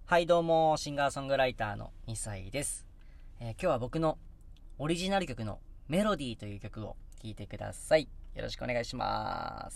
はいどうも、シンガーソングライターの2歳です。今日は僕のオリジナル曲のメロディーという曲を聴いてください。よろしくお願いします。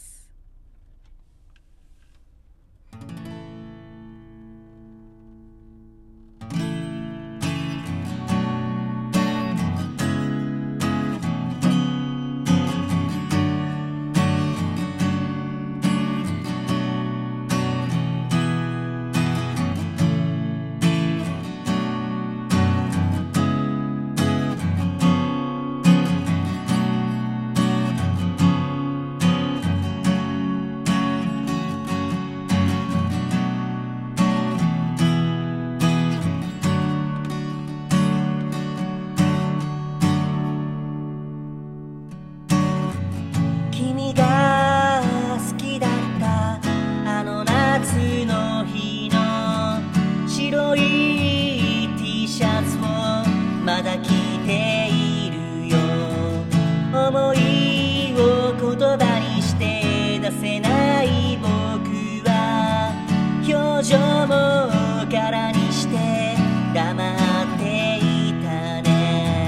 君が好きだったあの夏の日の白い T シャツをまだ着ているよ。思いを言葉にして出せない僕は表情も空にして黙っていたね。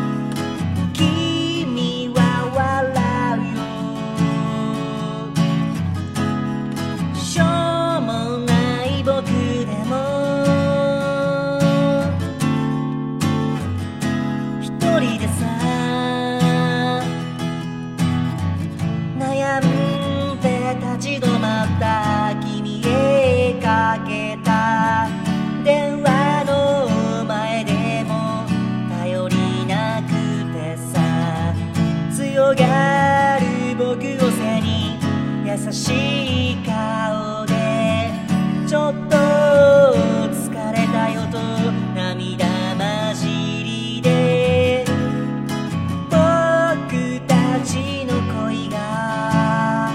君は笑うよ、しょうもない僕でも一人でさ悩んで立ち止まった君へかけた電話の前でも頼りなくてさ、強がる僕を背に優しい顔でちょっと疲れたよと涙混じりで僕たちの恋が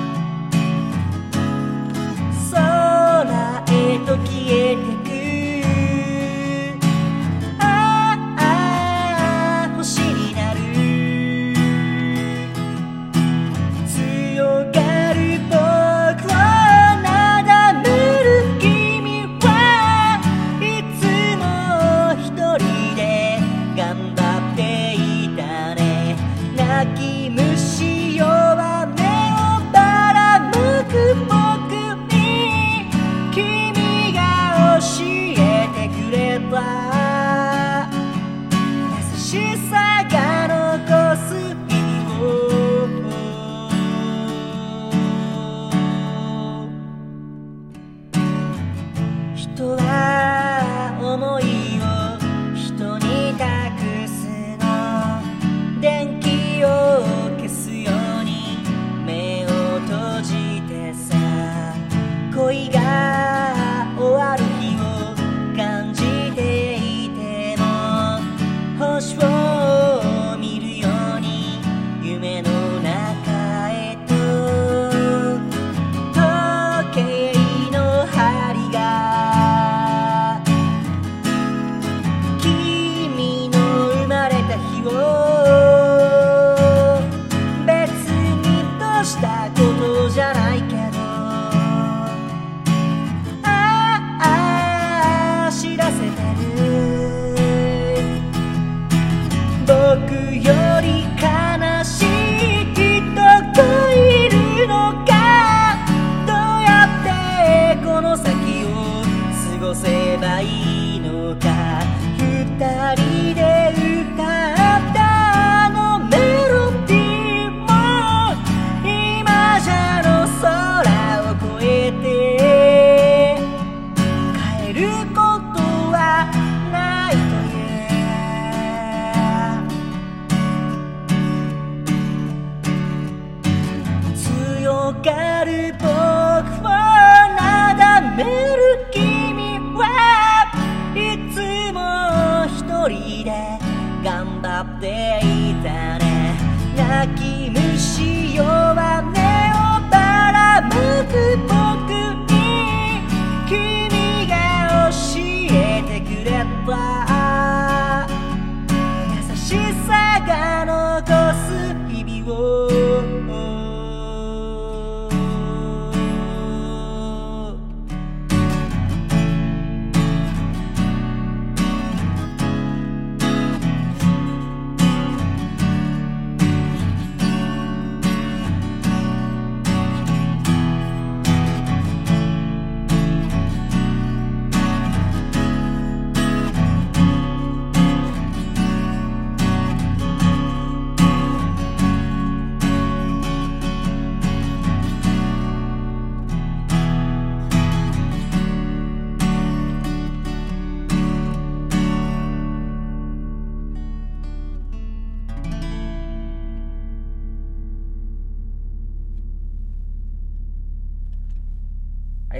空へと消えてく。星になる強がる僕をなだめる君はいつも一人で頑張っていたね。泣き虫弱目をばらむく僕に君が教えてくれた優しさが残す意味を。人は思いを人に託すの。電気を消すように目を閉じてさ、恋が終わる日を感じていても星を見るように夢の中へと時計の針が君の生まれた日を別にどうしたことじゃないけど知らせてる。僕より悲しい人がいるのか、どうやってこの先を過ごせばいいのか。二人で歌ったあのメロディーも今じゃの空を越えて変えることはないという強がる僕をなだめる君はいつも一人で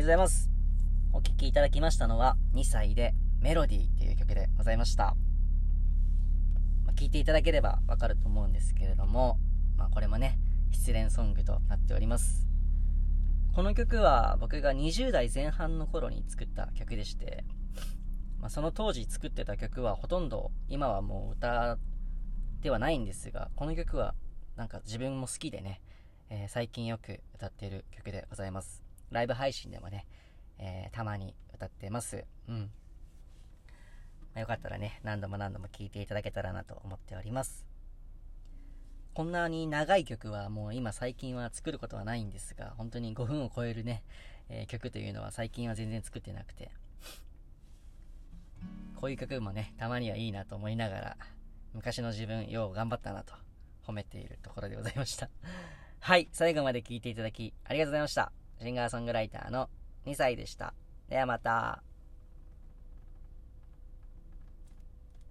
ございます。お聴きいただきましたのは2歳でメロディーっていう曲でございました。聴いていただければわかると思うんですけれども、これもね、失恋ソングとなっております。この曲は僕が20代前半の頃に作った曲でして、その当時作ってた曲はほとんど今はもう歌ではないんですが、この曲はなんか自分も好きでね、最近よく歌っている曲でございます。ライブ配信でもね、たまに歌ってます。よかったらね、何度も聴いていただけたらなと思っております。こんなに長い曲はもう今最近は作ることはないんですが、本当に5分を超えるね、曲というのは最近は全然作ってなくて、こういう曲もね、たまにはいいなと思いながら、昔の自分よう頑張ったなと褒めているところでございました。はい、最後まで聴いていただきありがとうございました。シンガーソングライターの2歳でした。ではまた。